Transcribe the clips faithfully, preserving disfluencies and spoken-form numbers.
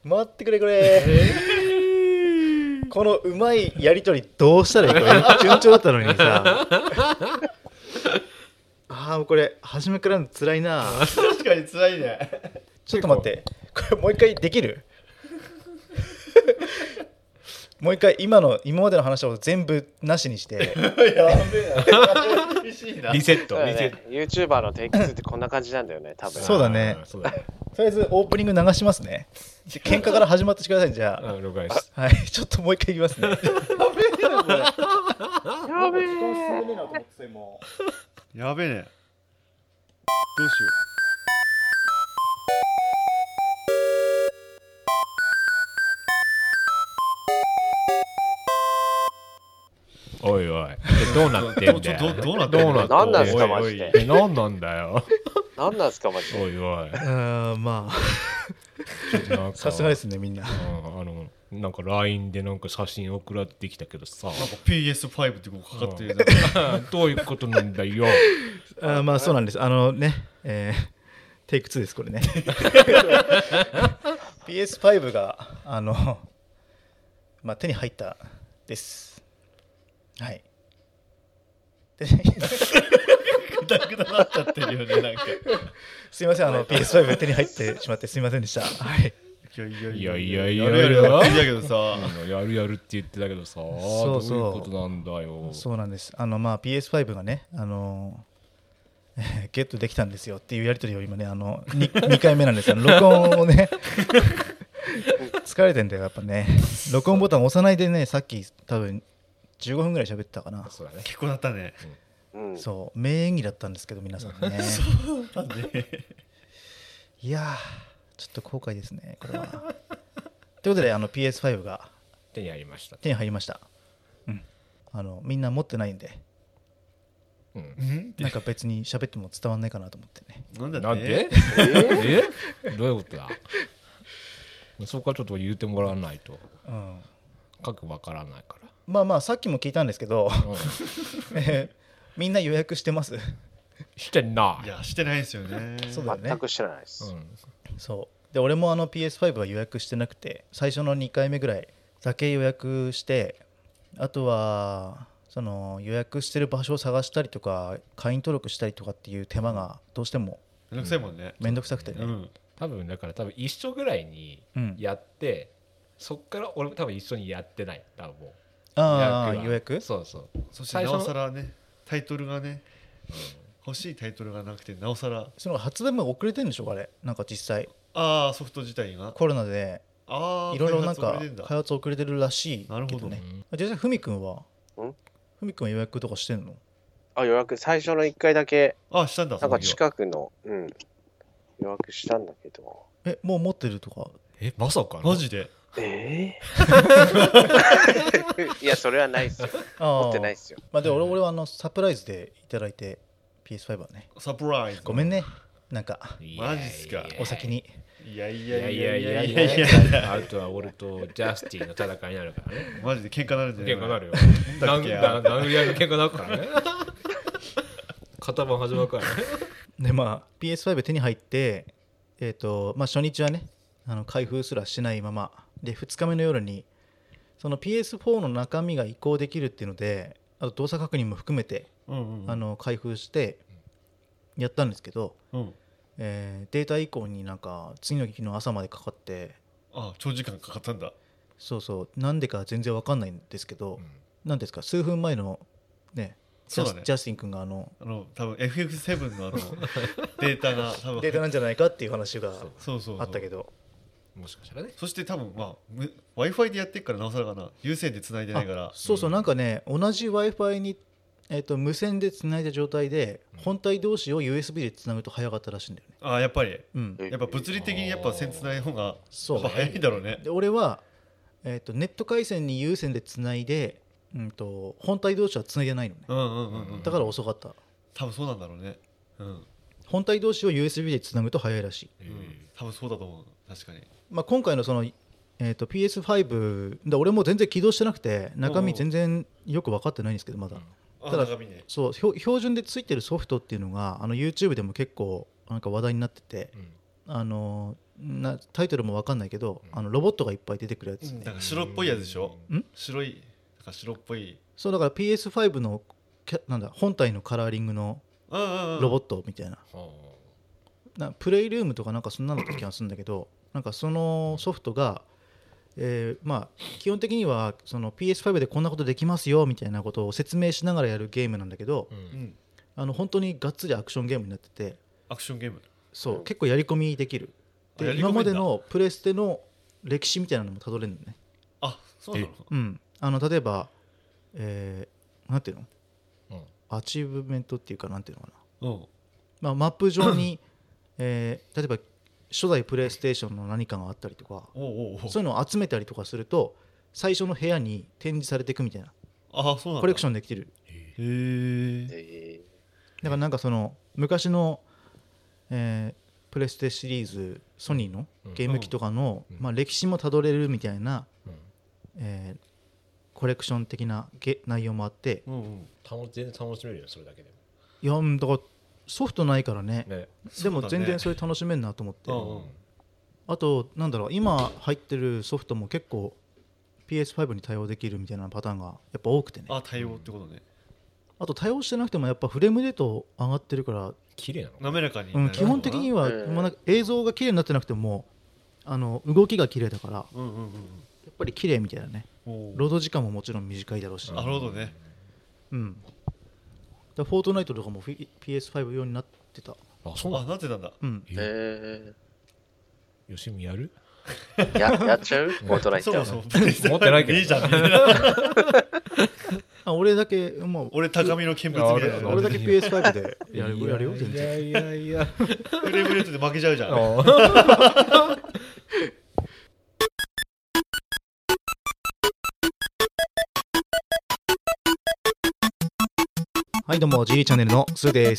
回ってくれこれ、えー、このうまいやり取りどうしたらいいこれ順調だったのにさあーこれ初めからの辛いな。 確かに辛いね。 ちょっと待ってこれもう一回できるもう一回今の今までの話を全部なしにしてやべえな厳しいな。 リセット、 ね、 リセット。 YouTuber のテイクツーってこんな感じなんだよね多分。 そうだね。 そうだね。 とりあえずオープニング流しますね。喧嘩から始まってください。じゃあ、 うん、了解です。 はい、ちょっともう一回いきますね。やべえなこれ。 やべえ。 やべえね。どうしよおいおい、どうなってんだよ。 どどどうなってんのどうなってん何なんすかおいおいマジでえ何なんだよ。 なんなんすかマジで。 おいおい。 あーまちょっとなんあかさすがですねみんな。 うんあのなんか ライン でなんか写真送られてきたけどさ。 う。なんか ピーエスファイブ ってこうかかってる。 どういうことなんだよ。 あーまあそうなんです。あのね、えー、テイクツーですこれね。ピーエスファイブ があのまあ手に入ったです。はい。でグダグダなっちゃってるよねなんか。 すいませんあの ピーエスファイブ が手に入ってしまってすいませんでした。はい。 いやいやいやいやいややるやるやってんだけどさ。 うんやるやるって言ってたけどさ、 そうそうどういうことなんだよ。 そうなんです。あのまあ ピーエスファイブ がね、あのえーゲットできたんですよっていうやり取りを今ね、あの 2, にかいめなんですよ。録音をね疲れてんだよやっぱね。録音ボタン押さないでね、さっき多分じゅうごふんぐらい喋ってたかな。 そうだね。 結構だったね。 うん。 そう名演技だったんですけど皆さんね。 だね。 いやーちょっと後悔ですねこれは。ということであの ピーエスファイブ が手に入りました。 手に入りました。うん。あのみんな持ってないんで。 うんんなんか別に喋っても伝わんないかなと思ってね。 なんだってなんで？ ええ？どういうことだ？そこはちょっと言ってもらわないとうん。 書くわからないかまあまあさっきも聞いたんですけど、 ら。うん、 えーみんな予約してます。 してない。 いやしてないですよね。 そうだよね全く知らないです。 うん、 そうで俺もあの ピーエスファイブ は予約してなくて最初のにかいめぐらいだけ予約して、あとはその予約してる場所を探したりとか会員登録したりとかっていう手間がどうしてもめんどくさいもんね。 めんどくさくてね。 うん。 多分だから多分一緒ぐらいにうんやって、そっから俺も多分一緒にやってない多分もうああは予約そうそうそしてなおさらねタイトルがね、欲しいタイトルがなくてなおさらその発売も遅れてるんでしょあれなんか実際ああソフト自体がコロナでああいろいろなんか開発遅れてんだ開発遅れてるらしいけなるほどどね。 うん実際ふみくんはんふみくんは予約とかしてんの？ あ、予約最初のいっかいだけあしたんだなんかその時は近くの、うん、予約したんだけど。 えもう持ってるとか？ えまさかのマジでえー、いやそれはないっすよ。 あー持ってないっすよ。 まあで俺俺はあのサプライズでいただいて ピーエスファイブ はねサプライズごめんねなんかマジっすかお先に。 いやいいややいやいいやいややいやいいやいややあとは俺とジャスティの戦いになるからね。 マジで喧嘩なるんじゃない喧嘩なるよ。 なんだっけな殴り合いの喧嘩なるからね。片番始まるからね。 でまあ ピーエスファイブ 手に入ってえっ、とまあ初日はねあの開封すらしないままでふつかめの夜にその ピーエスフォー の中身が移行できるっていうのであと動作確認も含めてうんうんうんあの開封してやったんですけど、 うんえーデータ移行になんか次の日の朝までかかってあ長時間かかったんだそうそうなんでか全然わかんないんですけど、なんですか数分前のねジャスそうだねジャスティン君があのあの多分 エフエフセブン のあのデータが多分データなんじゃないかっていう話がそうそうそうあったけどもしかしたらね。 そして多分まあ Wi-Fi でやってっからなおさらかな有線で繋いでないからあそうそうなんかね同じ Wi-Fi に、えー、と無線でつないだ状態で本体同士を ユーエスビー でつなぐと早かったらしいんだよね。 あやっぱりうん、 えやっぱ物理的にやっぱ線繋いだ方がそうやっぱ早いんだろうねで俺は、えー、とネット回線に有線でつないで、うん、と本体同士はつないでないのね。 うんうんうんうんだから遅かった。 多分そうなんだろうねうん本体同士を ユーエスビー でつなぐと早いらしい。 うん多分そうだと思う確かにまあ、今回のその、えー、と ピーエスファイブ で俺も全然起動してなくて中身全然よく分かってないんですけどまだ、 あただ中身ねそう標標準でついてるソフトっていうのがあの YouTube でも結構なんか話題になってて、あのなタイトルも分かんないけど、あのロボットがいっぱい出てくるやつ、 なんか白っぽいやつでしょ。 ん白いなんか白っぽい。 そうだから ピーエスファイブ のキャなんだ本体のカラーリングのうんうんうん。 ロボットみたいな、 はなプレイルームとかなんかそんなのだった気がするんだけど、なんかそのソフトが、えーまあ基本的にはその ピーエスファイブ でこんなことできますよみたいなことを説明しながらやるゲームなんだけど、 あ、う、 うんん。 あの本当にがっつりアクションゲームになってて、 アクションゲーム。 そう、 うん結構やり込みできる。であやり込めんだ今までのプレステの歴史みたいなのもたどれるのね。 あ、そうなの。 うん、あの例えば、えーなんていうのうんアチーブメントっていうかなんていうのかな、 うん。 まあ、マップ上に、えー例えば初代プレイステーションの何かがあったりとか、 おうおうおう。 そういうのを集めたりとかすると最初の部屋に展示されていくみたいなあ、そうなんだ。 コレクション。 ョンできてる。 へえ。 えだからなんかその昔の、えープレステシリーズソニーのゲーム機とかの、 うんまあ、歴史もたどれるみたいな、 うん、 えーコレクション的なゲ内容もあって、 うんうん。 楽全然楽しめるよそれだけでいやうんだからソフトないからねもね。 でもそうだね全然それ楽しめるなと思って、 うんうん。 あとなんだろう今入ってるソフトも結構 ピーエスファイブ に対応できるみたいなパターンがやっぱ多くてね、ああ、対応ってことね。 と対応してなくてもやっぱフレームレート上がってるから、 綺麗なの。 滑らかにうん、 なるのかな。 基本的には、 うんもうなんか映像が綺麗になってなくてもあの動きが綺麗だからやうんうんうんっぱり綺麗みたいなね。 うん。おうロード時間ももちろん短いだろうし、 なるほどね。 うん、だからフォートナイトとかもフィ ピーエスファイブ 用になってた。 あ、そうなあ、 の。 なってたんだ。 うん、 ー、えよしみやる？ ー、ややっちゃう大人いっちゃうそもそもプレステ持ってないけどいいじゃんみたいな。 あ俺だけもう俺高みの見物みたいな。 俺だけ ピーエスファイブ でやるやるよ全い然。 やいやいや。 フレームレートで負けちゃうじゃん。 あはいどうも ジー チャンネルのスーです。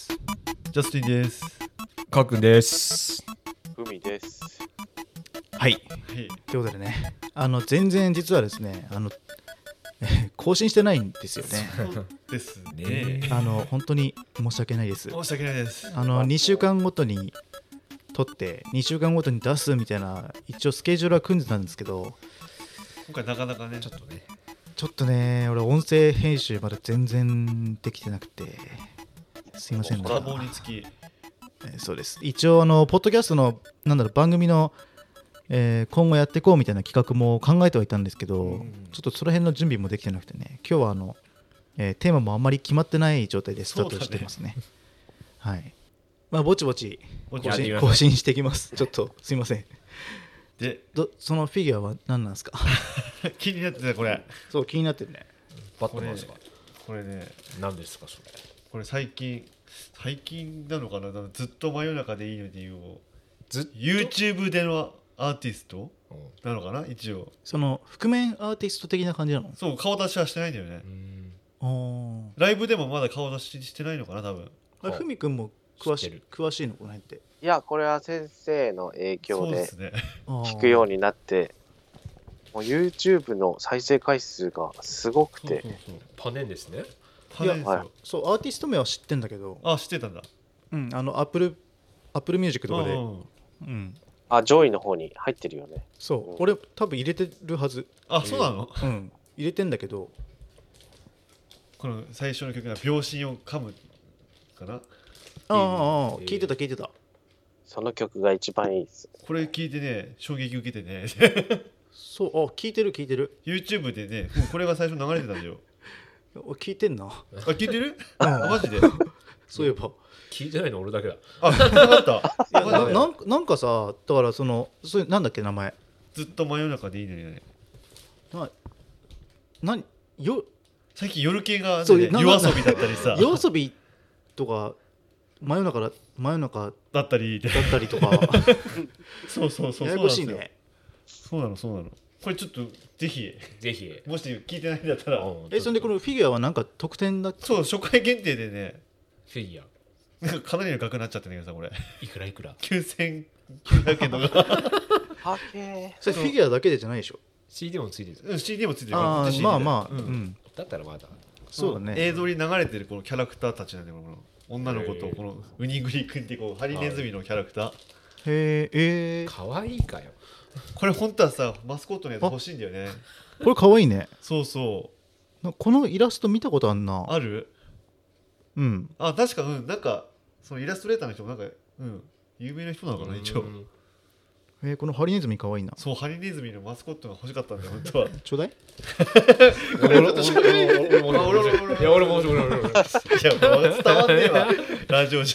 ジャスティンです。 かくんです。 海です。 はいはい。 ということでね、あの全然実はですねあのえー更新してないんですよね。 そうですね。 ねあの本当に申し訳ないです。 申し訳ないです。 あのにしゅうかんごとに撮ってにしゅうかんごとに出すみたいな一応スケジュールは組んでたんですけど、 今回なかなかね。 ちょっとね。 ちょっとね俺音声編集まだ全然できてなくてすいませんね。 多忙につき。 えーそうです。一応あのポッドキャストのなんだろう番組の、えー今後やっていこうみたいな企画も考えてはいたんですけど、 うんちょっとその辺の準備もできてなくてね、今日はあの、えーテーマもあんまり決まってない状態でスタートしてますね。はい。まあぼちぼちぼち更ぼち新更新していきます。ちょっとすいません。 で、 どそのフィギュアは何なんですか？ 気になってたこれ。 そう気になってるね。 バットマンですか。 これね、 何ですかそれ。 これ最近、最近なのかな、ずっと真夜中でいいので言うをずっ YouTube でのアーティストうんなのかな、一応。 その覆面アーティスト的な感じなの？ そう、顔出しはしてないんだよねう。ん。 あライブでもまだ顔出ししてないのかな、多分。 あ。ふみくんも詳し知ってるい詳しいのこの辺って。 いや、これは先生の影響そうでですね。 聞くように。 になって、もう YouTube の再生回数がすごくて、 そうそうそう。 パネンですね。 パネですよ。 はいそうアーティスト名は知ってんだけど、 あ、知ってたんだ。 うんあのアップルアップルミュージックとかで、 うんうんあ、上位の方に入ってるよね。 そう、 うん俺多分入れてるはず。 あ、そうなの。 うん入れてんだけど、 この最初の曲が秒針を噛むかな。 ああああえー聞いてた聞いてた。 その曲が一番いいです。 これ聞いてね、衝撃受けてね。 そうあ聞いてる聞いてる。 YouTube でね、もうこれが最初流れてたんだよ。 俺聞いてんな。 あ、聞いてる？ うんあ、マジで。 そういえば。 聞いてないの俺だけだ。 あ、聞いてなかった。 いやなマジでなんかなんかさだからそのそれなんだっけ名前ずっと真夜中でいいのにね。 な何よ最近夜系が、ね、 そうな夜遊びだったりさ、 夜遊びとか真夜中だ真夜中だったりで。 だったりとかそうそうそう。 ややこしいそうなんですよ。 ね。 そうなのそうなの。これちょっとぜひぜひ。 もし聞いてないんだったら、 うんえそんでこのフィギュアはなんか特典だっけ？ そう初回限定でね、 フィギュアなんかかなりの額になっちゃってんだけどさこれいくらいくら。 きゅうせんきゅうひゃくえんとか。 はけそれフィギュアだけでじゃないでしょ？ シーディー もついてる。 うん シーディー もついてるああシーディーまあまあ、 ううんんだったらまだ。 そうだね。 映像に流れてるこのキャラクターたちなんでこの女の子とこのウニグリ君ってこうハリネズミのキャラクター、 へえ、えー、 かわいいかよ。 これ本当はさマスコットのやつ欲しいんだよね。 これかわいいね。 そうそなこのイラスト見たことあんな。 うある。 うん。 あ確かうんなんかそのイラストレーターの人もなんかうん有名な人なのかな一応。 うんえー、このハリネズミかわいいな。 そうハリネズミのマスコットが欲しかったんだよ本当は。 ちょうだい。 俺も俺も俺も俺もいや俺も俺も俺もいやもう伝わんねえわラジオじ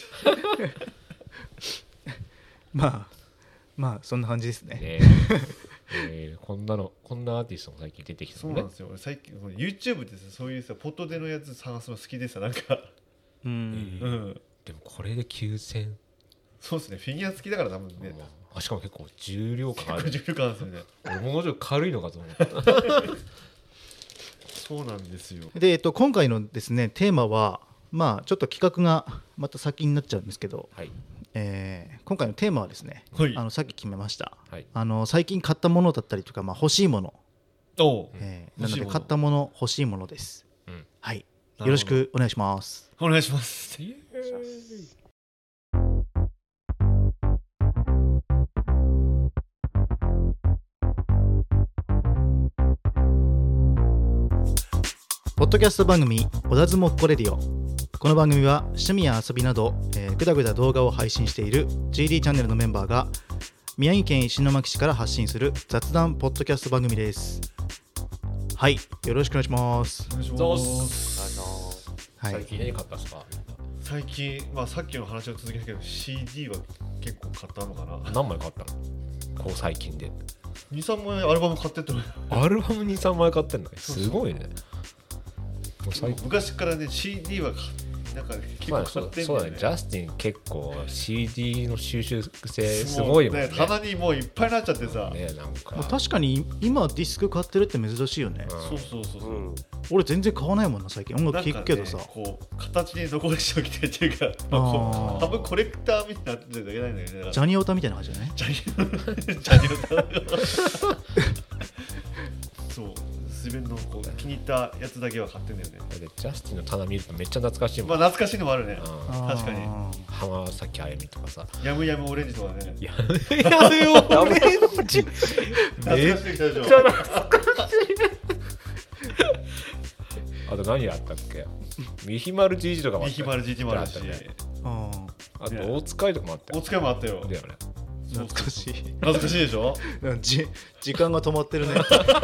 まあまあそんな感じですね。 ねえーこんなのこんなアーティストも最近出てきゃ。 たのねそうなんですよ。俺最近 YouTube でさそういうさポットでのやつ探すの好きでさなんかうん。 うん。 でもこれできゅうせんそうですねフィギュア好きだから多分ね。 あしかも結構重量感ある。 結構重量感あるんですよね。 俺もうちょっと軽いのかと思った。 そうなんですよ。 で、えっと、今回のですねテーマはまあちょっと企画がまた先になっちゃうんですけど、 はいえー今回のテーマはですね、 はいあのさっき決めました。 はい。 あの最近買ったものだったりとか、まあ、欲しいもの、 おうえーなので欲しいもの買ったもの欲しいものです。 うんはい。 どよろしくお願いします。 お願いします。 イエーイポッドキャスト番組小田相撲っこレディオ。この番組は趣味や遊びなど、えー、ぐだぐだ動画を配信している ジーディー チャンネルのメンバーが宮城県石巻市から発信する雑談ポッドキャスト番組です。はい、よろしくお願いします。 お願いしどうます。 はい最近何買ったんですか？ 最近まあさっきの話を続けたけど シーディー は結構買ったのかな。 何枚買ったの？こう最近で。 にさんまいアルバム買ってったのよ。 アルバムにさんまい買ってんのね。すごいね。もう最近昔からね シーディー はなんか結構まあそ買ってんだよね。 うそうだね。ジャスティン結構 シーディー の収集性すごいもんね。 ね棚にもういっぱいになっちゃってさ。 ねなんか。 まあ確かに今ディスク買ってるって珍しいよね。 そうそうそうそうう。 ん。 俺全然買わないもんな最近。音楽なんか聴くけどさ、 ね、こう形に残しておきたいっていうか、 あー多分コレクターみたいになってるだけないんだよね。 ジャニオタみたいな感じじゃない？ ジャニジャニオタそう自分のこう気に入ったやつだけは買ってんだよね。 だってジャスティンの棚見るとめっちゃ懐かしいもん。 まあ懐かしいのもあるね。 うんあー確かに浜崎あゆみとかさ。 ヤムヤムオレンジとかね。 いややめよう。 やめ懐かしいできたでしょ。 あと何やったっけ？ミヒマル ジージー とかもあったよ。 ミヒマル ジーティー もあるしあったねああと大塚愛とかもあったおよ。 使いもあったよ。 だよね。 ー懐かしい。 懐かしいでしょ。 じ時間が止まってるね。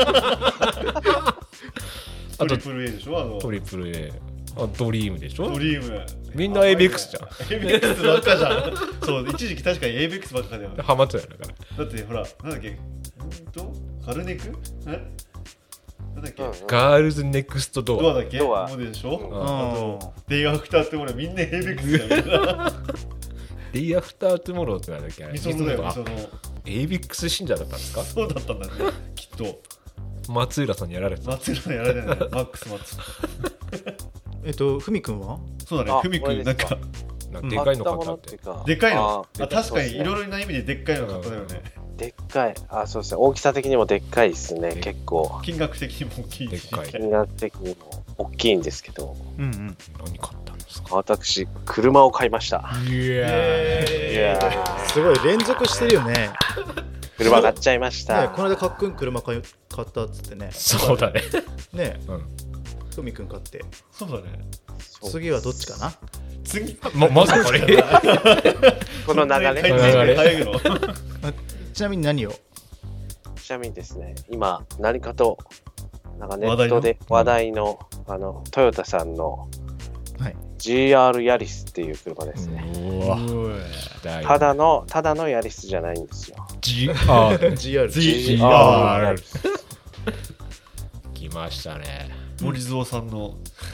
トリプル A でしょ。あのトリプル A。あドリームでしょ？ ドリーム。 みんな エーベックス じゃん。 エーベックス ばっかじゃん。そう一時期確かに エーベックス ばっかだよ。 ハマってたよねだから。 だってほらなんだっけんとガルネクえなんだっけ、 うんガールズネクストドア。 ドアだっけドアもうでしょ、 うんあとデイアフターって俺みんなエーベックスだよみんなデイアフタートゥモローってなんだっけ？あれみそのだよみあそのエーベックス 信者だったんですか？ そうだったんだねきっと松浦さんにやられてた。 松浦のやられないマックス松えっとふみくんは？ そうだねあふみくこれですかんなんかなんかでかいの買ったっ買ってて。かでっかいのああ確かにそうですねいろいろな意味ででっかいの買ったよねでっかい。あ、そうですね。大きさ的にもでっかいですね。 で結構。 金額的にも大きいしでっかい金額的にも大きいんですけど、 うんうん。 何買ったんですか？ 私、車を買いました。 いイやエいやーイすごい連続してるよね。ね車買っちゃいました。 この間かっくん車買い買ったっつってね。 そうだね。 ねうん。 ふみくん買って。 そうだねそう次はどっちかな？ 次ままさかね。 この流タイミングれ。 れで変えるのちなみに何を？ ちなみにですね、今、何かと、なんかネ話題のットで話題の、あの、トヨタさんのはい。 ジーアール ヤリスっていう車ですね。 うわ。 おいただの、ただのヤリスじゃないんですよ。 ジアールジーアール。 ジージーアールヤリス来ましたね。 森蔵さんの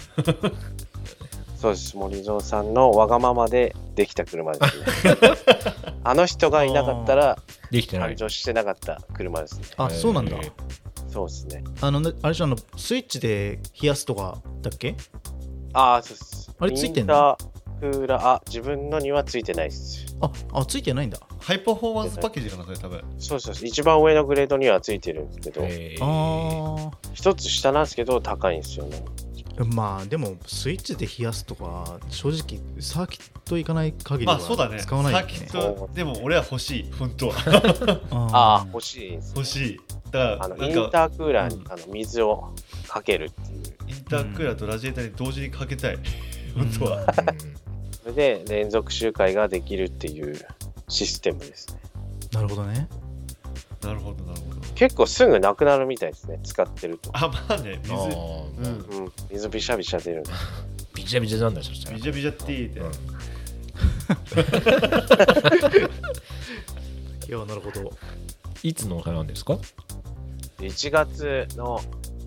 そうです。森蔵さんのわがままでできた車ですね。あの人がいなかったらできてない。 誕生してなかった車ですね。 あ、そうなんだ。 えーそうですね。 あのねあれじゃん、あのスイッチで冷やすとかだっけ？ ああ、そうです。 あれついてんの？ インタークーラー、あ、自分のにはついてないです。 あ、あついてないんだ。 ハイパフォーマンスパッケージかなそれ多分そうそうそう。一番上のグレードにはついてるんですけど、 えーあ一つ下なんですけど高いんですよね。 まあでもスイッチで冷やすとか正直サーキット行かない限りはまあそうだね使わないよね。 サーキットでも俺は欲しい本当はああ欲しいです、ね、 欲しいだからあのインタなんかークーラーに、 うんあの水をかけるっていうインタークーラーとラジエーターに同時にかけたい、本当は、 それで連続周回ができるっていうシステムですね。 なるほどね。 なるほどなるほど。 結構すぐなくなるみたいですね、使ってると。 あまあね水あーうんうん、水びしゃびしゃ出る。 ビジャビジャなんだよそしたらビジャビジャって言って、 うんいやなるほど。 いつのお花なんですか？ いちがつの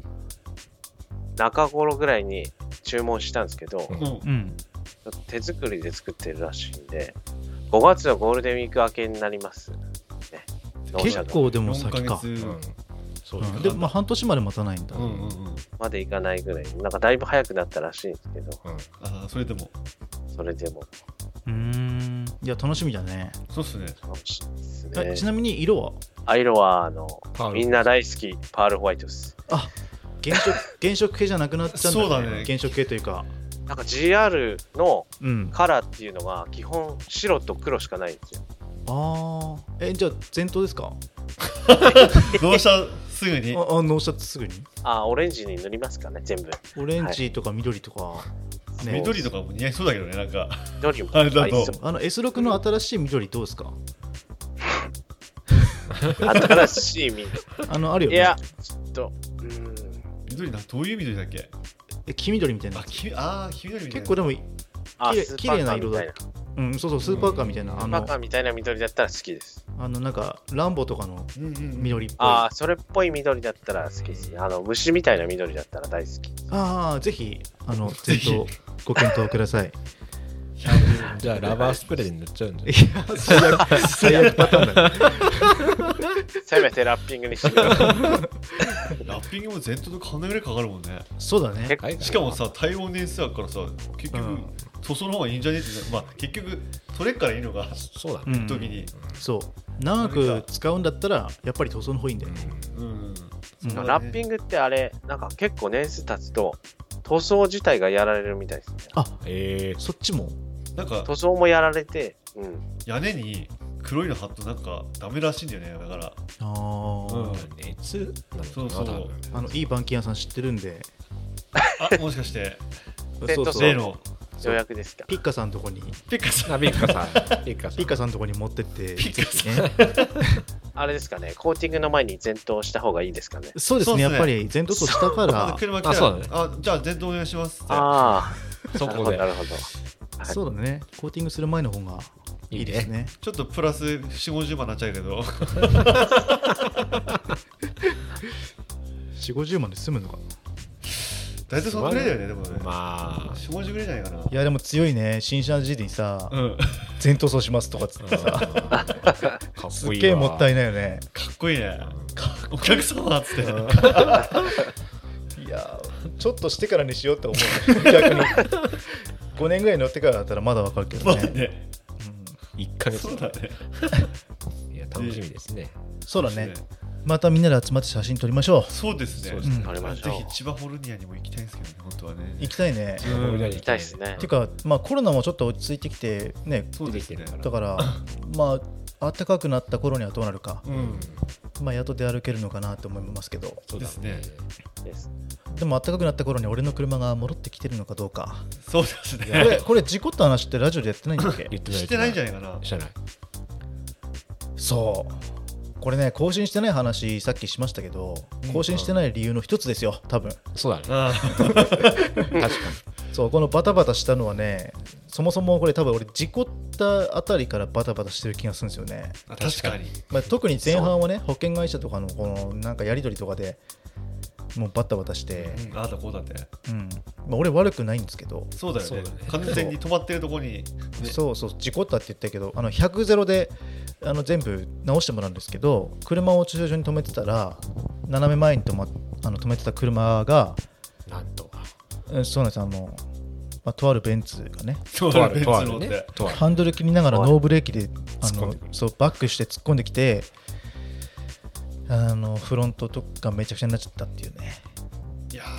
中頃ぐらいに注文したんですけど、 うんうんうん。 ちょっと手作りで作ってるらしいんで、ごがつのゴールデンウィーク明けになります。ね、納車が結構でもよんか先か。 げつ、 うんそううん、でまあ半年まで待たないんだ。 うんうんうんまでいかないぐらい、なんかだいぶ早くなったらしいんですけど、 ああそれでもそれでもうーん。いや楽しみだね。 そうっすね楽しいですえね。 ちなみに色は？ あ色はあのパールみんな大好きパールホワイトです。 あ原色原色系じゃなくなっちゃうんだ、ね。 そうだね原色系というか。 なんか ジーアール のうん。 カラーっていうのが基本白と黒しかないんですよ。 ああ。えじゃあ前頭ですか？ 納車すぐにああ納車すぐに。 あオレンジに塗りますかね、全部。 オレンジとか緑とか。ね。 緑とかも似合いそうだけどねなんか緑もあれだと合いそうあの エスろく の新しい緑どうですか？ 新しい緑。 あのあるよね。 いや、ちょっと、うーん。 緑などういう緑だっけえ黄緑みたいなあ。きあー黄緑みたいな結構でもあ、 綺麗スーパーカーみたいな。 綺麗な色だうんそうそうスーパーカーみたいな、あスーパーのカーみたいな緑だったら好きです。 あのなんかランボとかのうんうんうん緑っぽい。 ああ、それっぽい緑だったら好きですね。あの、虫みたいな緑だったら大好き。 ああぜひあのぜひ前頭ご検討ください。 じゃあラバースプレーで塗っちゃうんいでや最悪最悪パターンだね。 せめてラッピングにしてください。 ラッピングも前頭と金ぐらいかかるもんねそうだね。 はいしかもさ対応年数あるからさ結局、 うん塗装の方がいいんじゃねってまあ結局取れっからいいのがそうだねうん時にそう長く使うんだったらやっぱり塗装の方がいいんだよね。 うん、 うんラッピングってあれ、なんか結構年数経つと、塗装自体がやられるみたいですね。 あえーそっちもなんか塗装もやられて、うん。 屋根に黒いの貼っとなんかダメらしいんだよねだからあー、 うん熱なのかなそうそう多分あのいい板金屋さん知ってるんであもしかしてで塗装そうそう例の予約ですか。 ピッカさんのとこにピッカさんあピッカさんピッカさんピッカさんのとこに持ってってピッカさんぜひねあれですかね、コーティングの前に前頭した方がいいですかね。 そうですねそうですねやっぱり前頭と下かあら車来たらあそうだねあじゃあ全頭お願いしますってああ、 そこでなるほど。なるほどはいそうだねコーティングする前の方がいいですね。 ちょっとプラスよんじゅうごじゅうまんになっちゃうけどよんじゅうごじゅうまんで済むのかな。 大体そのぐらいだよねでもねまあよんじゅうごじゅうぐらいじゃないかないやでも強いね新車時にさうん前塗装しますとかっつってさかっすこいいっげえもったいいないよね。 かっこいいねお客様っつっていやちょっとしてからにしようって思う逆にごねんぐらい乗ってからだったらまだわかるけどね、 まあねうんいっかげつそうだねいや楽しみですねそうだねまたみんなで集まって写真撮りましょう。 そうですねそうですね撮りましょうぜひ千葉フォルニアにも行きたいんですけどね本当はね行きたいね。 うん行きたいですねていうか、まあ、コロナもちょっと落ち着いてきてねそうですねだからまあ暖かくなった頃にはどうなるか、 うんまあやっと出歩けるのかなと思いますけどそうだですねです。 でも暖かくなった頃に俺の車が戻ってきてるのかどうかそうですねこれこれ事故った話ってラジオでやってないんだっけ言ってないしてないんじゃないかなしてないそうこれね更新してない話さっきしましたけど更新してない理由の一つですよ多分。 そうだねあ確かそうこのバタバタしたのはねそもそもこれ多分俺事故ったあたりからバタバタしてる気がするんですよね、 あ確かにまあ、特に前半はね保険会社とかのこのなんかやり取りとかでもうバタバタして、 うんああだこうだってうんまあ、俺悪くないんですけど、 そうだよねそうだね完全に止まってるところにねそうそう事故ったって言ったけどあのひゃくゼロであの全部直してもらうんですけど車を駐車場に止めてたら斜め前に止,、ま、あの止めてた車がになんとうんそうなんですあの、まあ、とあるベンツがねそうとあるベンツとあるね乗ってとあるハンドル切りながらノーブレーキであの突っ込んでくるそうバックして突っ込んできてあのフロントとかめちゃくちゃになっちゃったっていうね。 いや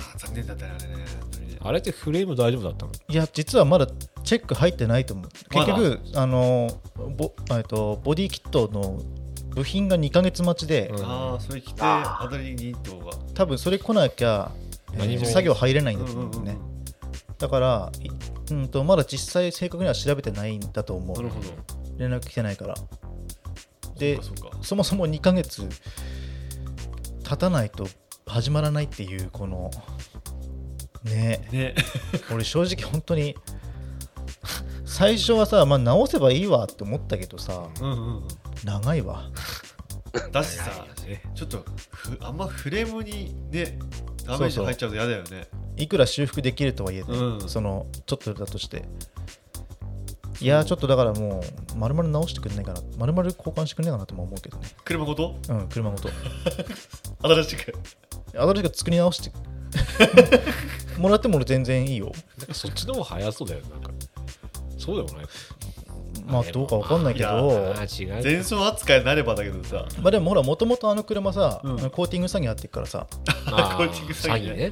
残念だったねあれね本当にね。 あれってフレーム大丈夫だったの？ いや実はまだチェック入ってないと思う。 まだ結局あのボえっとボディキットの部品がにかげつ待ちで、 うんああそれ来てあーアドレナリンとか多分それ来なきゃ、えー何も作業入れないんだと思うんだよね。 うんうんうんだからいうんとまだ実際正確には調べてないんだと思う。 なるほど。 連絡来てないから。でそうかそうかそもそもにかげつ経たないと始まらないっていうこのねね俺正直本当に最初はさ、まあ、直せばいいわって思ったけどさうんうんうん長いわ。 だしさねちょっとふあんまフレームにねダメージ入っちゃうと嫌だよね。 いくら修復できるとはいえね、 うんそのちょっとだとしていやーちょっとだからもう丸々直してくんないかな丸々交換してくんないかなとも思うけどね。 車ごとうん車ごと新しく新しく作り直してもらっても俺全然いいよ。 なんかそっちの方が早そうだよなんか。そうでもない。 まあどうかわかんないけいやどあー違う。 前走扱いになればだけどさまあでもほらもともとあの車さ、 うんコーティング詐欺あってっからさあコーティング詐欺ね詐欺ね。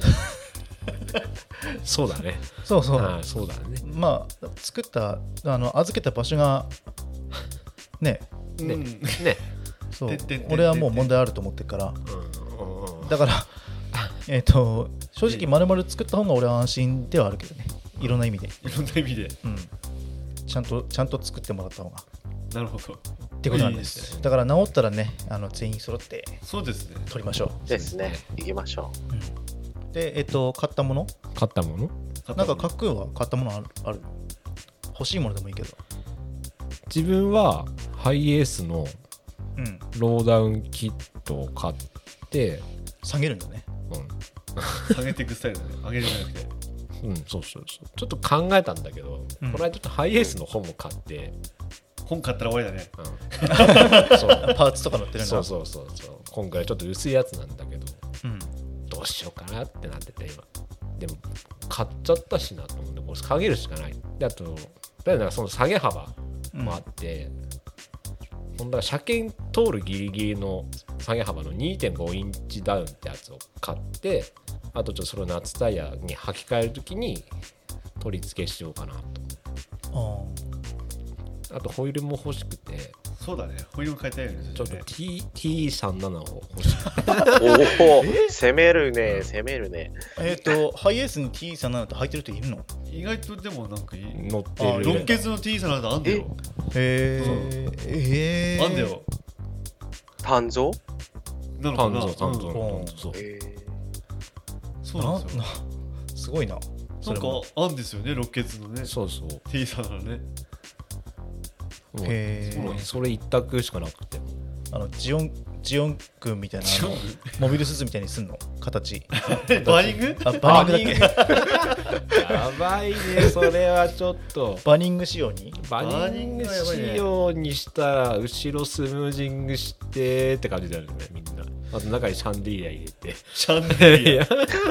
そうだね。 そうそうあーそうだね。 まあ作ったあの預けた場所がねねうんね。 そうてってってって俺はもう問題あると思ってるからうんうんうんだからえっと正直丸々作った方が俺は安心ではあるけどねいろんな意味で、 いろんな意味でうん、ちゃんとちゃんと作ってもらった方がなるほどってことなんでいいですすだから直ったらねあの全員揃ってそうですね撮りましょですね。行きましょう、うん、でえっと買ったもの買ったもの？ なんかかっくんは買ったものあるある欲しいものでもいいけど自分はハイエースのうんローダウンキットを買って、 下げるんだね上げていくスタイルだね上げるじゃなくてうん、うん、そうそうそう。ちょっと考えたんだけど、 うんこの間ちょっとハイエースの本も買って、 本買ったら終わりだねうん、そうパーツとか乗ってるんだそうそうそうそう。今回ちょっと薄いやつなんだけど、 うんどうしようかなってなってて今。でも買っちゃったしなと思って、これ下げるしかない。であと、だからその下げ幅もあって、ほんだら車検通るギリギリの下げ幅の にてんごインチダウンってやつを買ってあとちょっとそれを夏タイヤに履き替えるときに取り付けしようかなとああとホイールも欲しくてそうだねホイールも変えたいよねちょっとねティーさんじゅうなな を欲しくてう。おお、攻めるね、攻めるね。 えっ、とハイエースに T さんなんて履いてる人いるの意外とでもなんかいい乗ってるあロロッケズの T さんなんてあんだよへええー、 あんだよ誕生なのかな誕生誕生うん誕生そうえそうなんですよななすごいなそなんかれもあんですよねロッケズのねそうそう T さんなのねもうへーもうそれ一択しかなくてあのジオンジオン君みたいなあのモビルスーツみたいにすんの形バーニングあバニングだっけやばいねそれはちょっとバニング仕様にバニング仕様にしたら後ろスムージングしてって感じだよねみんなあと中にシャンデリア入れてシャンデリア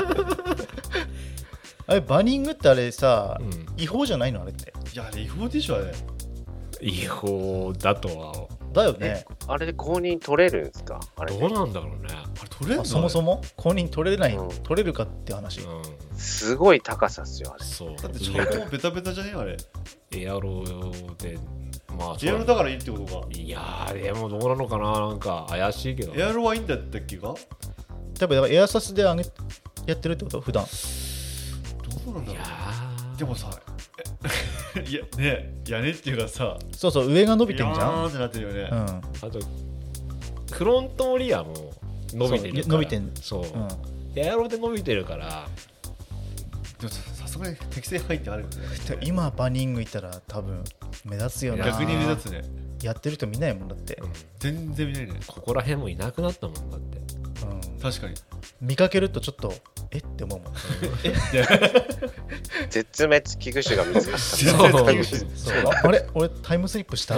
あれバニングってあれさ、 うん違法じゃないのあれっていやあれ違法でしょあれ違法だとはだよねー、あれで公認取れるんですかあれで。 どうなんだろうねあれ取れんのあそもそもも公認取れない、 うん取れるかって話、 うんすごい高さっすよ、あれ。 そうだってチョコもベタベタじゃねあれエアロでまあエアロだからいいってことかいやーでもどうなのかななんか怪しいけどねエアロはいいんだったっけか多分だからエアサスで上げやってるってこと普段どうなんだろいやうーでもさえいやね屋根っていうかさそうそう上が伸びてんじゃん、 ビヤーンってなってるよね、 うんあとフロントリアも伸びてるからそう伸びてんそう、 うんエアロで伸びてるからでもささすがに適正範囲ってあるよね今バニングいたら多分目立つよな逆に目立つねつ、 やってる人見ないもんだって、 うん全然見ないねここら辺もいなくなったもんだってうん、 確かに見かけるとちょっとえって思うもん絶滅危惧種が見つかった。 絶滅危惧種そうああれ俺タイムスリップした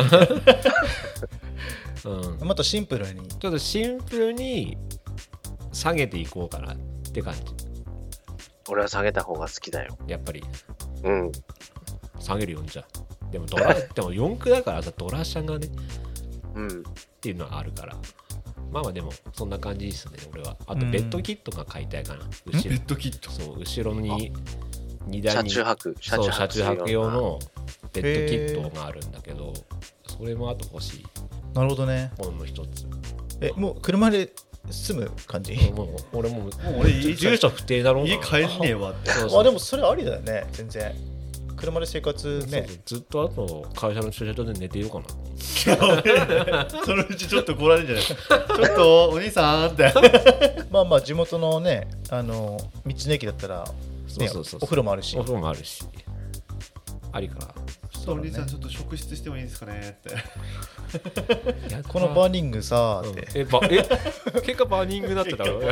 うん、 またシンプルにちょっとシンプルに下げていこうかなって感じ俺は下げた方が好きだよ。 やっぱりうん。 下げるよんじゃでもドラでもよん駆だからさドラシャがねうん。 っていうのはあるからまあまあでもそんな感じですね俺は。あとベッドキットが買いたいかな、後ろベッドキットそう後ろに荷台に車中泊そう車中泊用のベッドキットへがあるんだけど、それもあと欲しいなるほどね。 ものの一つ。 えもう車で住む感じ？ もう俺ももう俺家住所不定だろうな。 家帰んねえわってそうそうあでもそれありだよね全然。車で生活ね。 そうそうずっとあと会社の駐車場で寝ていようかな。 そのうちちょっと来られるんじゃないちょっとお兄さんってまあまあ地元のねあの道の駅だったら、ね、 そうそうそうそうお風呂もあるしお風呂もあるしありからちょっとお兄さんちょっと職質してもいいですかねってやこのバーニングさーって、 えばえ結果バーニングだっただろ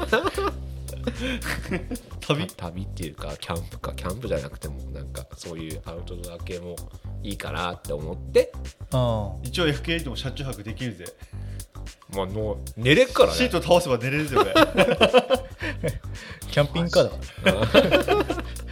旅旅っていうかキャンプかキャンプじゃなくてもなんかそういうアウトドア系もいいかなって思ってあ一応 エフケーエイト も車中泊できるぜまあもう寝れっからねシート倒せば寝れるぜ俺キャンピングカーだから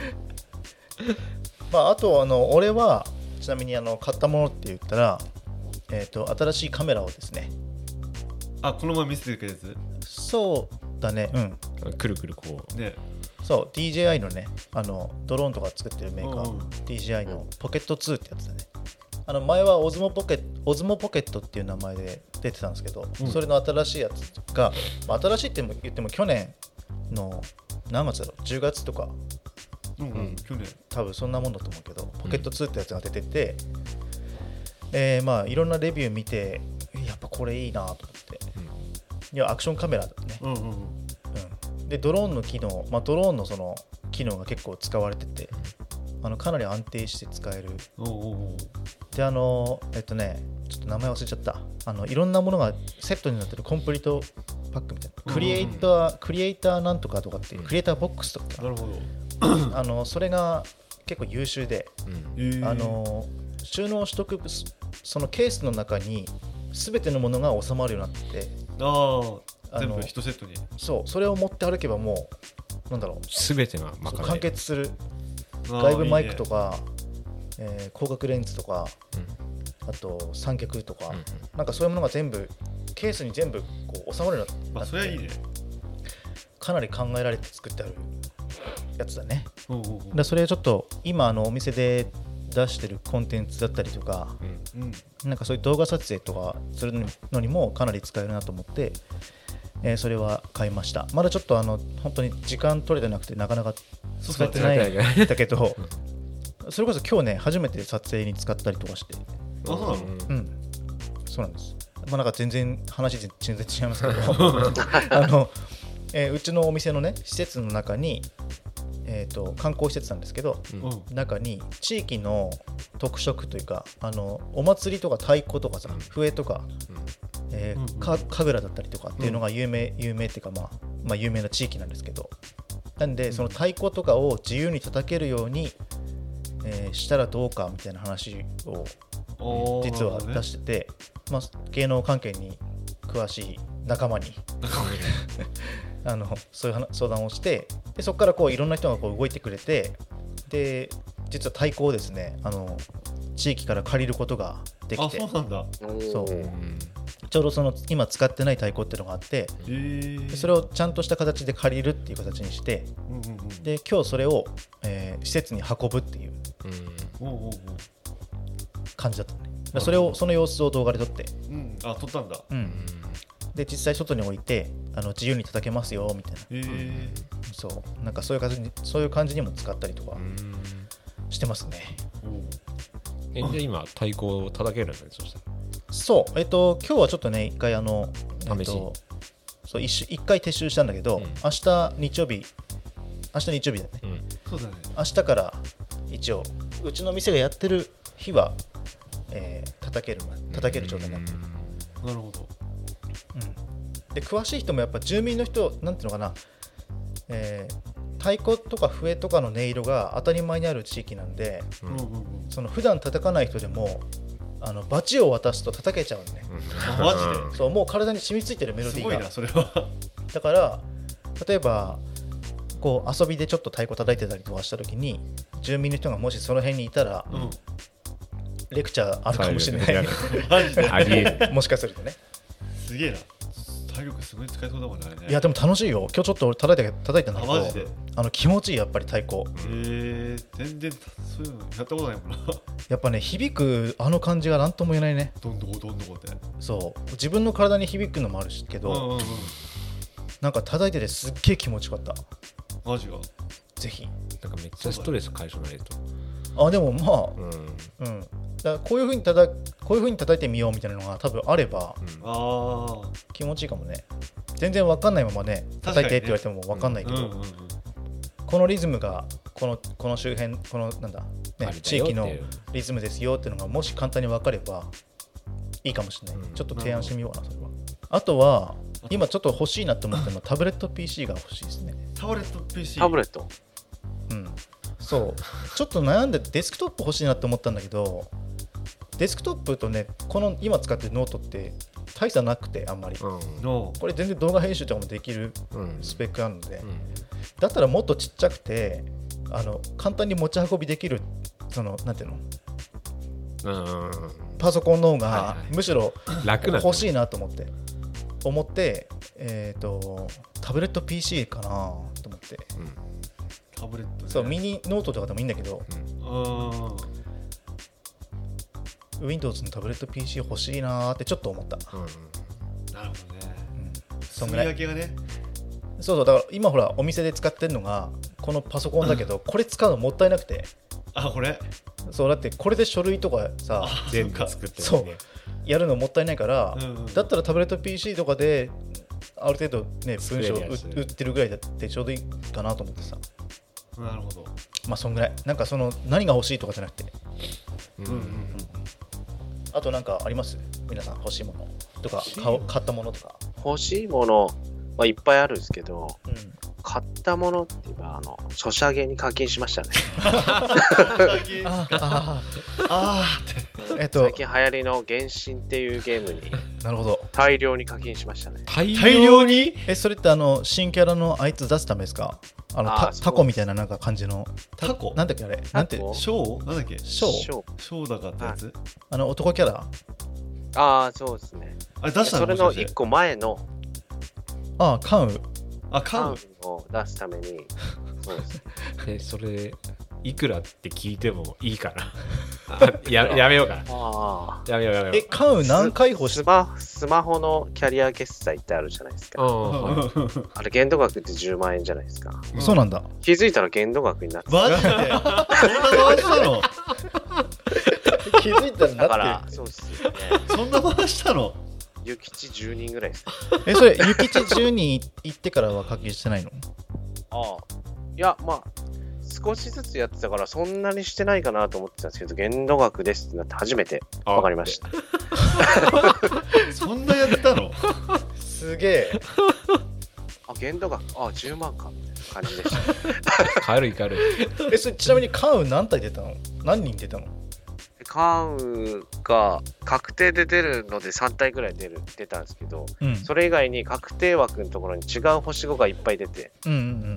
まああとあの俺はちなみにあの買ったものって言ったら、えー、と新しいカメラをですね。 あこの前見せてくれたやそうだねうんくるくるこうつねそう ディージェーアイ のねあのドローンとか作ってるメーカー、 うんうんディージェーアイ のポケットツーってやつだね。あの前はオズモポケオズモポケットっていう名前で出てたんですけど、 うんそれの新しいやつが、まあ、新しいって言っても去年の何月だろうじゅうがつとかうんうん去年多分そんなもんだと思うけど、ポケットツーってやつが出てて、えーまあいろんなレビュー見てやっぱこれいいなと思って、いやアクションカメラだね、 うんうんうんうん、でドローンの機能、まあ、ドローンのその機能が結構使われてて、あのかなり安定して使える。 おうおうおうであのえっとねちょっと名前忘れちゃった、あのいろんなものがセットになってるコンプリートパックみたいな、クリエイタークリエイターなんとかとかっていうクリエイターボックスとか、 なるほどあのそれが結構優秀で、 うんえーあの収納しとくそのケースの中に全てのものが収まるようになってて、 あああの全部一セットにそうそれを持って歩けばもうなんだろう全てがまか完結する。 あー外部マイクといいねか、えー広角レンズとか、あと三脚とか、 うんうんなんかそういうものが全部ケースに全部こう収まるようにまなって、 あそれはいいねかなり考えられて作ってあるやつだね。 おうおうおうだからそれはちょっと今あのお店で出してるコンテンツだったりとか、 うんうんなんかそういう動画撮影とかするのにもかなり使えるなと思って、えーそれは買いました。まだちょっとあの本当に時間取れてなくてなかなか使ってないんだけど、それこそ今日ね初めて撮影に使ったりとかして、 あそうなのうんそうなんです。まあなんか全然話全然違いますけどあの、えーうちのお店のね施設の中に、えー、と観光施設なんですけど、 うんうん中に地域の特色というか、あのお祭りとか太鼓とかさ、笛とか、えーうんうんか神楽だったりとかっていうのが有名、有名っていうか、まあ、まあ有名な地域なんですけど、なんでその太鼓とかを自由に叩けるように、えーしたらどうかみたいな話をおー実はなるほどね出してて、まあ、芸能関係に詳しい仲間にあのそういう話相談をして、でそこからこういろんな人がこう動いてくれて、で実は太鼓をですねあの地域から借りることができあて、 そうなんだそううんちょうどその今使ってない太鼓っていうのがあって、 えーでそれをちゃんとした形で借りるっていう形にして、 うんうんうんで今日それを、えー施設に運ぶっていううんおうおうおう感じだったね。でそれをその様子を動画で撮って、 うんあ撮ったんだうんで実際外に置いてあの自由に叩けますよみたいな、 えーそうなんかそういう感じにそういう感じにも使ったりとかうんしてますね。 おうえで今太鼓を叩けるんだねそしたらそうえっと今日はちょっとね一回あの、えっ試しと、そう一週一回撤収したんだけど、 うん明日日曜日明日日曜日だね。 うんそうだね明日から一応うちの店がやってる日は、えー叩ける叩ける状態になってる。 なるほどうん、で詳しい人もやっぱ住民の人なんていうのかな、えー太鼓とか笛とかの音色が当たり前にある地域なんで、 ううんんうんうんその普段叩かない人でもあのバチを渡すと叩けちゃうんね。 あマジでそうもう体に染みついてるメロディーがすごいな。それはだから例えばこう遊びでちょっと太鼓叩いてたりとかした時に住民の人がもしその辺にいたら、 うんレクチャーあるかもしれない、 そういうマジでありえるもしかするとね。 すげえな体力すごい使えそうだもんねあれね。 いやでも楽しいよ。今日ちょっと俺叩いた叩いたんだけど、 あマジで。 あの気持ちいいやっぱり太鼓。 えー、全然そういうのやったことないもんな。 やっぱね響くあの感じが何とも言えないね。 どんどこどんどこって。 そう自分の体に響くのもあるしけど、 うんうんうん。 なんか叩いててすっげえ気持ちよかった。 マジが。 ぜひ。 なんかめっちゃストレス解消になると。 あでもまあうんうん。だからこういう風に叩こういう風に叩いてみようみたいなのが多分あればああ。 気持ちいいかもね。全然わかんないままね叩いてって言われてもわかんないけど、 うんうんうん。 このリズムがこのこの周辺このなんだ、ね、 あれだよ地域のっていうリズムですよっていうのがもし簡単に分かればいいかもしれない、 うんちょっと提案してみようかなそれは。あとは今ちょっと欲しいなと思ってるのはタブレット ピーシー が欲しいですね。 タブレット ピーシー。 タブレット。 うんそうちょっと悩んでデスクトップ欲しいなって思ったんだけど、デスクトップとねこの今使ってるノートって大差なくてあんまり、 うんの。 これ全然動画編集とかもできるうんスペックあるので、 うんだったらもっとちっちゃくてあの簡単に持ち運びできるそのなんていうのうんパソコンの方がはいはいむしろ楽なんだ欲しいなと思って思ってえっとタブレット ピーシー かなと思ってタブレット、ね。 そうミニノートとかでもいいんだけどあ Windows のタブレット ピーシー 欲しいなってちょっと思った。 うんうんあ。なるほどね。 そんぐらい積み分けがね。 そうそうだから今ほらお店で使ってるのがこのパソコンだけどこれ使うのもったいなくて、 あこれ。 そうだってこれで書類とかさあ全部そうか作ってるそうやるのもったいないから、 うんうんだったらタブレット ピーシー とかである程度ね文章作れるやつ売ってるぐらいだってちょうどいいかなと思ってさ、 なるほど。 まあそんぐらいなんかその何が欲しいとかじゃなくて、 うんうんうんうん。 あとなんかあります皆さん欲しいものとか欲しいもの買お買ったものとか。 欲しいものはいっぱいあるんですけど、 うん買ったものって言えば、あの、ソシャゲに課金しましたね。 あああえっと最近流行りの原神っていうゲームになるほど。 大量に課金しましたね。 大大量に。 えそれってあの新キャラのあいつ出すためですか？あのあーそうタタコみたいななんか感じのタコ。 なんだっけあれなんてタコショーなんだっけ。 ショーショーショーだかってやつ。 あの男キャラああ、そうですね。 あれ出したの。 それのもしかして一個前のああカウあ買うカウ。ンを出すために、そうです。 えそれいくらって聞いてもいいかなあややめようかなあやめようやめようえカウ何回欲しスマスマホのキャリア決済ってあるじゃないですか。 うんはいあれ限度額ってじゅうまん円じゃないですか。 そうなんだ。 気づいたら限度額になってマジで。そんな回したの。 気づいたらだかなってらそうですよね。 そんな回したの。 諭吉じゅうにんぐらいですか。 る。えそれ諭吉じゅうにん行ってからは課金してないの？ ああ。いや、まあ、少しずつやってたから、そんなにしてないかなと思ってたんですけど、限度額ですってなって初めて分かりました。 そんなやったの。 すげえ。 あ、限度額、あ、じゅうまんか、みたいな感じでした。 軽い軽いえそれちなみにカウ何体出たの？何人出たの？ カウが確定で出るのでさん体ぐらい出る出たんですけど、 うんそれ以外に確定枠のところに違う星ごがいっぱい出て、 うんうんうん。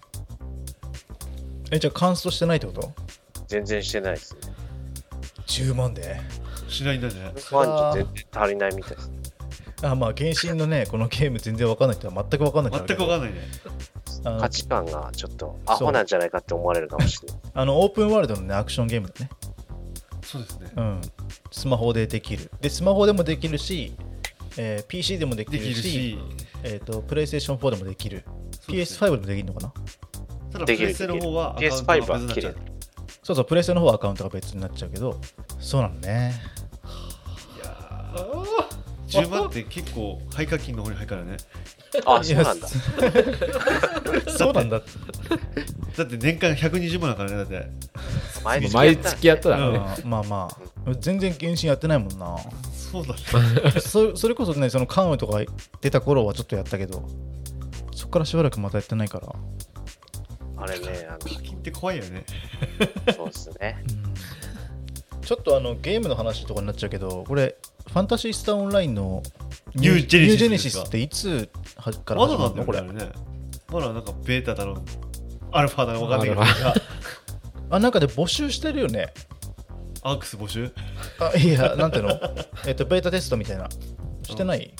えじゃあカンストしてないってこと？ 全然してないですね。 じゅうまんで。 しないんだね。 ファンじゃ全然足りないみたいです。 あまあ原神のねこのゲーム全然わかんないってのは全くわかんない全くわかんないね。 あの価値観がちょっとアホなんじゃないかって思われるかもしれない。 あのオープンワールドのねアクションゲームだね。 そうですね。 うん。スマホでできる。でスマホでもできるし、えー、ピーシー でもできでるし、 きるし。 えっ、とプレイステーションフォーでもできる。ピーエスファイブ でもできるのかな？ ただプできるレステの方はアカウントピーエスファイブがは別になっちゃう。 そうそうプレイステの方はアカウントが別になっちゃうけど、そうなのね。 いやーじゅうまんって結構廃課金の方に入るからね。 あ、そうなんだ。 そうなんだ。 だって年間ひゃくにじゅうまんだからね。だって毎月や毎ったんですね月やったらね、 うんまあまあ全然原神やってないもんな。 そうだね。 そそれこそねそのカンウとか出た頃はちょっとやったけど、そっからしばらくまたやってないから。 あれね、あ課金って怖いよね。 のそうですね。 ちょっとあのゲームの話とかになっちゃうけど、これファンタシースターオンラインのニュージェネシスニュージェネシですかスっていつはからまだなん始まるのこれ？ だよね。あれねまだなんかベータだろう。アルファだろうわかんないけどさ。 あなんかで募集してるよね。 アークス募集あいやなんていうの？えっとベータテストみたいなしてない？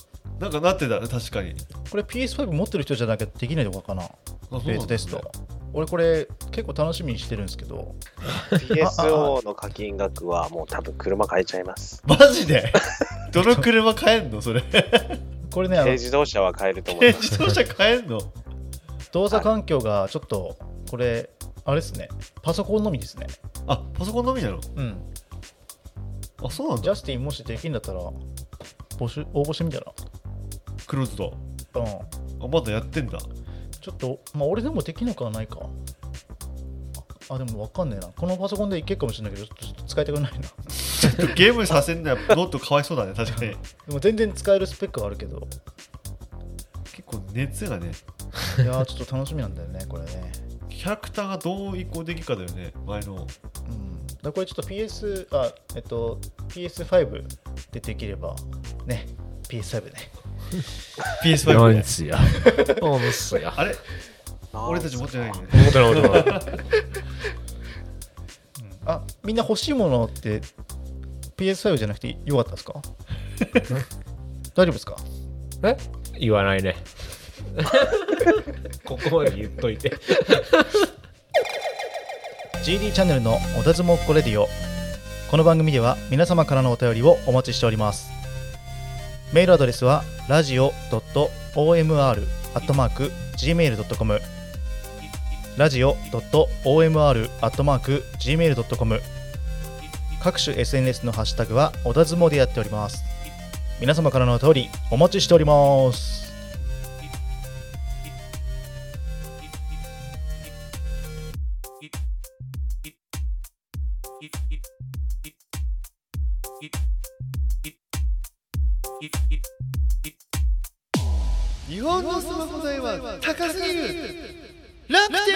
なんかなってたね確かに。 これ ピーエスファイブ 持ってる人じゃなきゃできないのかな、 あそうなんだベータテスト。俺これ結構楽しみにしてるんですけど、 ピーエスオー の課金額はもう多分車買えちゃいます。 マジでどの車買えんのそれこれね、あの軽自動車は買えると思い軽ます。 自動車買えんの？ 動作環境がちょっとこれあれですね、パソコンのみですね。 あパソコンのみなの？ うんあそうなんだ。 ジャスティンもしできんだったら募集応募してみたら、 クローズド。 うん、 あまだやってんだ。 ちょっとまあ俺でもできなくはないか。あでもわかんねえな、このパソコンでいけるかもしれないけどちょっとちょっと使いたくないなちょっとゲームさせんのはノートかわいそうだね確かに。 でも全然使えるスペックはあるけど、 結構熱がね、 いやーちょっと楽しみなんだよねこれね。 キャラクターがどう移行できるかだよね前の。 うん、だからこれちょっと ピーエス あえっと ピーエスファイブ でできればね ピーエスファイブ ねピーエスファイブ でなんすやなんすやあれ俺たち持ってないよね。 思ってない思ってないあみんな欲しいものって ピーエスファイブ じゃなくてよかったですか大丈夫ですか？ え言わないねここまで言っといてジーディー チャンネルのおたずもっこレディオ。この番組では皆様からのお便りをお待ちしております。メールアドレスは ラジオ ドット オーエムアール アットマーク ジーメール ドットコム ラジオ ドット オーエムアール アットマーク ジーメール ドットコム。 各種 エスエヌエス のハッシュタグはおたずもでやっております。皆様からのお便りお待ちしております。 日本のスマホ代は高すぎる楽天モバ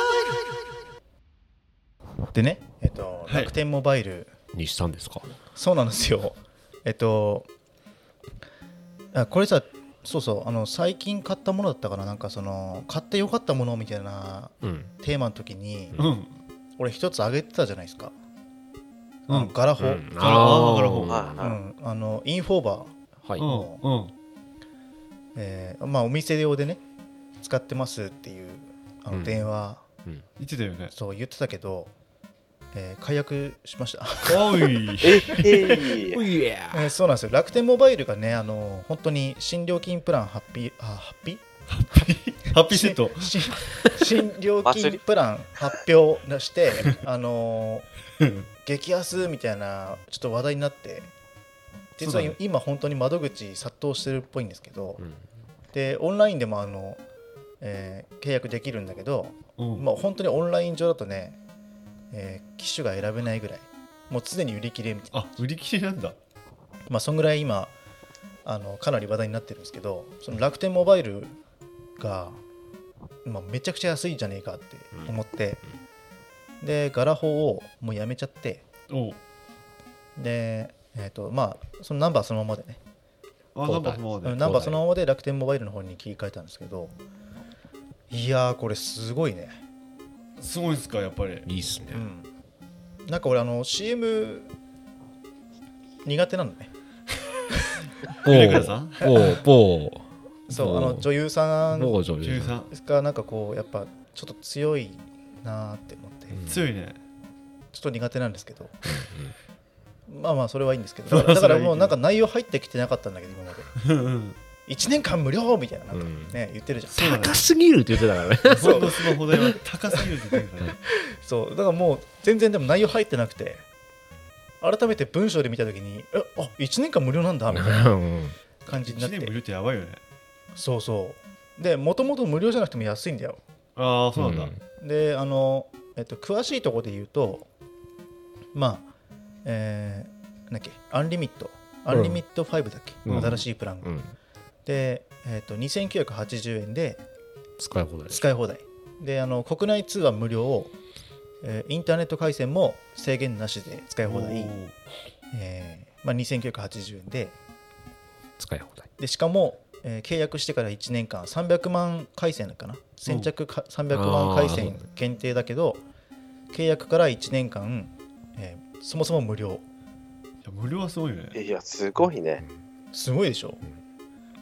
イルでね、えっと、 はい楽天モバイル、 にしたんですか？ そうなんですよ。えっと、あこれさ、そうそう、あの最近買ったものだったかな、なんかその買ってよかったものみたいなうんテーマの時に、 うん俺一つあげてたじゃないですか。 うんあのガラホ、ううんんあーガラホはいはいあのインフォーバー、 はい、 うんうんえーまあ、お店用でね使ってますっていうあうんの電話、 うん言ってたよね。 そう言ってたけど、えー解約しました。 おいええういやえーそうなんですよ。楽天モバイルがね、あの本当に新料金プランハッピーあハッピーハッピーセット。 新新料金プラン発表してあのー激安みたいなちょっと話題になって、実はそうだね今本当に窓口殺到してるっぽいんですけど、 うんでオンラインでもあの、えー契約できるんだけど、 うんまあ、本当にオンライン上だとね、えー機種が選べないぐらいもう常に売り切れみたいな、 あ売り切れなんだ。 まあそんぐらい今あのかなり話題になってるんですけど、その楽天モバイルが、まあ、めちゃくちゃ安いんじゃねえかって思って、でガラホをもうやめちゃって、 おうで、えーとまあ、そのナンバーそのままでね、 あナンバーそのままで。 ナンバーそのままで楽天モバイルの方に切り替えたんですけど、いやーこれすごいね、 すごいですかやっぱり。 いいっすね、 うん、なんか俺あの シーエム 苦手なのね。 米倉さん某某そうあの女優さん某女優中さんがなんかこうやっぱちょっと強いなーって思って、 うん強いね。 ちょっと苦手なんですけど、まあまあそれはいいんですけど、だからだからもうなんか内容入ってきてなかったんだけど今までうんうんいちねんかん無料みたいななんかうんね言ってるじゃん。 そうだね高すぎるって言ってたからね日本のスマホ代は高すぎるって言ってるからね。 そうだからもう全然でも内容入ってなくて、改めて文章で見たときにえあいちねんかん無料なんだみたいなうん感じになっいちねん無て、 料ってやばいよね。 そうそうでもともと無料じゃなくても安いんだよ。 ああそうなんだ。 であの、えっと、詳しいところで言うとまあえー、なんだっけアンリミットアンリミットファイブだっけ、 うん新しいプランが、 うんで、えっとにせんきゅうひゃくはちじゅうえんで使い放題使い放題で、あの国内通話無料、えーインターネット回線も制限なしで使い放題、 おーえーまあ、にせんきゅうひゃくはちじゅうえんで使い放題でしかも、えー契約してからいちねんかんさんびゃくまん回線かな、先着かさんびゃくまん回線限定だけど契約からいちねんかん、えーそもそも無料。 いや無料はすごいよね。 いや、すごいね。 すごいでしょ。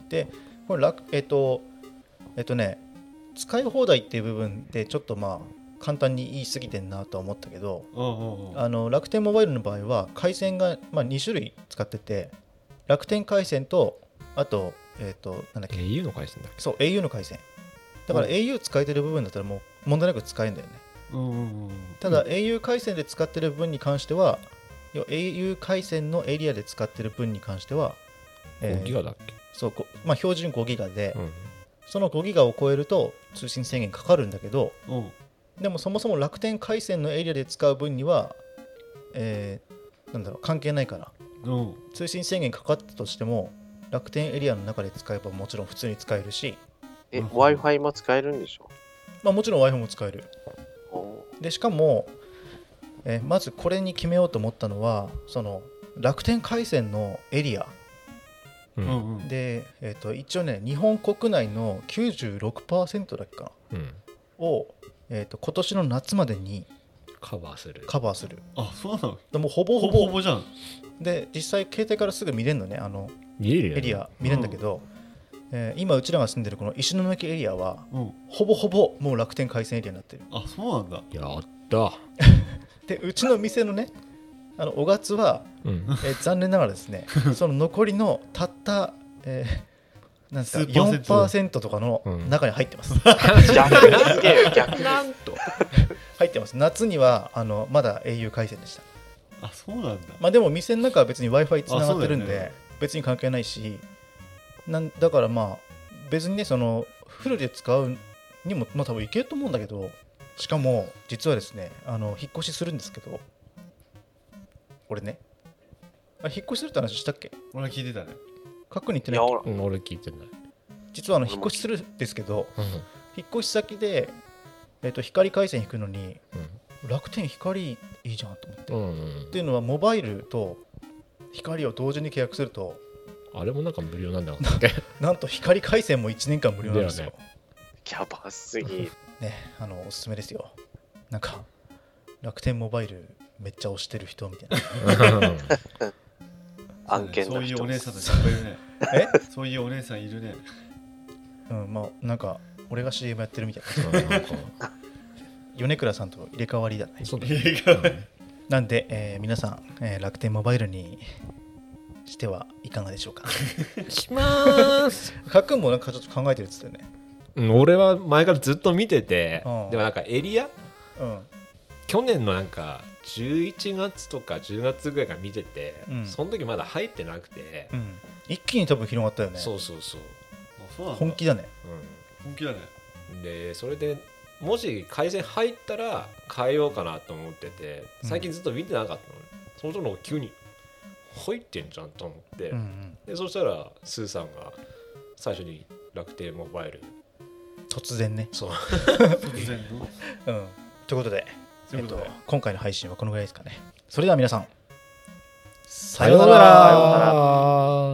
でこれ楽えっ、とえっ、とね使い放題っていう部分でちょっとまあ簡単に言い過ぎてんなとは思ったけど、 うんうんうんあの楽天モバイルの場合は回線が、まあ、に種類使ってて、楽天回線とあとえっ、となんだっけ au の回線だっけ。 そう au の回線だから au 使えてる部分だったらもう問題なく使えるんだよね。 うんうんうんただ au 回線で使ってる分に関しては、要は au 回線のエリアで使ってる分に関しては、えーごギガだっけ。 そうこまあ、標準ごギガで、 うんそのごギガを超えると通信制限かかるんだけど、 うんでもそもそも楽天回線のエリアで使う分には、えーなんだろう関係ないから、 うん通信制限かかったとしても楽天エリアの中で使えばもちろん普通に使えるし、 え、Wi-Fi も使えるんでしょ？ まあ、もちろん Wi-Fi も使える。 おでしかも、えーまずこれに決めようと思ったのはその楽天回線のエリアううんんうんで、えー、と一応ね日本国内の きゅうじゅうろくパーセント だっけかなうんを、えー、と今年の夏までにカバーする。 カバーする。 あそうなのでもうほぼほほぼほぼぼじゃんで実際携帯からすぐ見れるのね、あの見えるよね。 エリア見れるんだけど、えー今うちらが住んでるこの石巻エリアはうんほぼほぼもう楽天回線エリアになってる。 あそうなんだやった。 でうちの店のねあの小勝は、 うんえー残念ながらですねその残りのたった、えーなんですか数パーセントよんパーセントとかのうん中に入ってます、 逆にすげえよ、逆に。 なんと。 入ってます。夏にはあのまだ au 回線でした。 あそうなんだまあでも店の中は別に Wi-Fi つながってるんで、 あそうだよね別に関係ないし、なんだからまあ別にねそのフルで使うにもまあ多分いけると思うんだけど、しかも実はですねあの引っ越しするんですけど、俺ねあ引っ越しするって話したっけ？ 俺は聞いてたね確認言っていや、 ない。 ほら、 うん俺聞いてない。 実はあの引っ越しするんですけど、 うん引っ越し先で、えっと光回線引くのにう楽天光いいじゃんと思って、 んうんっていうのはモバイルと光を同時に契約するとあれもなんか無料なんだったっけ。 なんと光回線もいちねんかん無料なんですよ。 だよやばすぎ。 ね、あのおすすめですよ。なんか楽天モバイルめっちゃ推してる人みたいな。 案件そういうの人お姉さんたちいっぱいいるねえ？ そういうお姉さんいるねうん、まあなんか俺が シーエム やってるみたいそうな。 なんか米倉さんと入れ替わりだね。 そうだいね。 やいやなんで、えー皆さん、えー楽天モバイルにしてはいかがでしょうか。 しまーす。 かっくんもなんかちょっと考えてるっつってね。 うん俺は前からずっと見てて、 うんでもなんかエリアうん。 去年のなんかじゅういちがつとかじゅうがつぐらいから見てて、 うんその時まだ入ってなくて、 うん。一気に多分広がったよね。 そうそうそう、 あそうなんだ本気だね。 本気だねうん、でそれでもし回線入ったら変えようかなと思ってて最近ずっと見てなかったの、ねその時の急に入ってんじゃんと思って、 うんうん。 でそしたらスーさんが最初に楽天モバイル突然ね。 そう突然のうん。ということで、 ということでえっと、今回の配信はこのぐらいですかね。それでは皆さん、 さようなさようなら。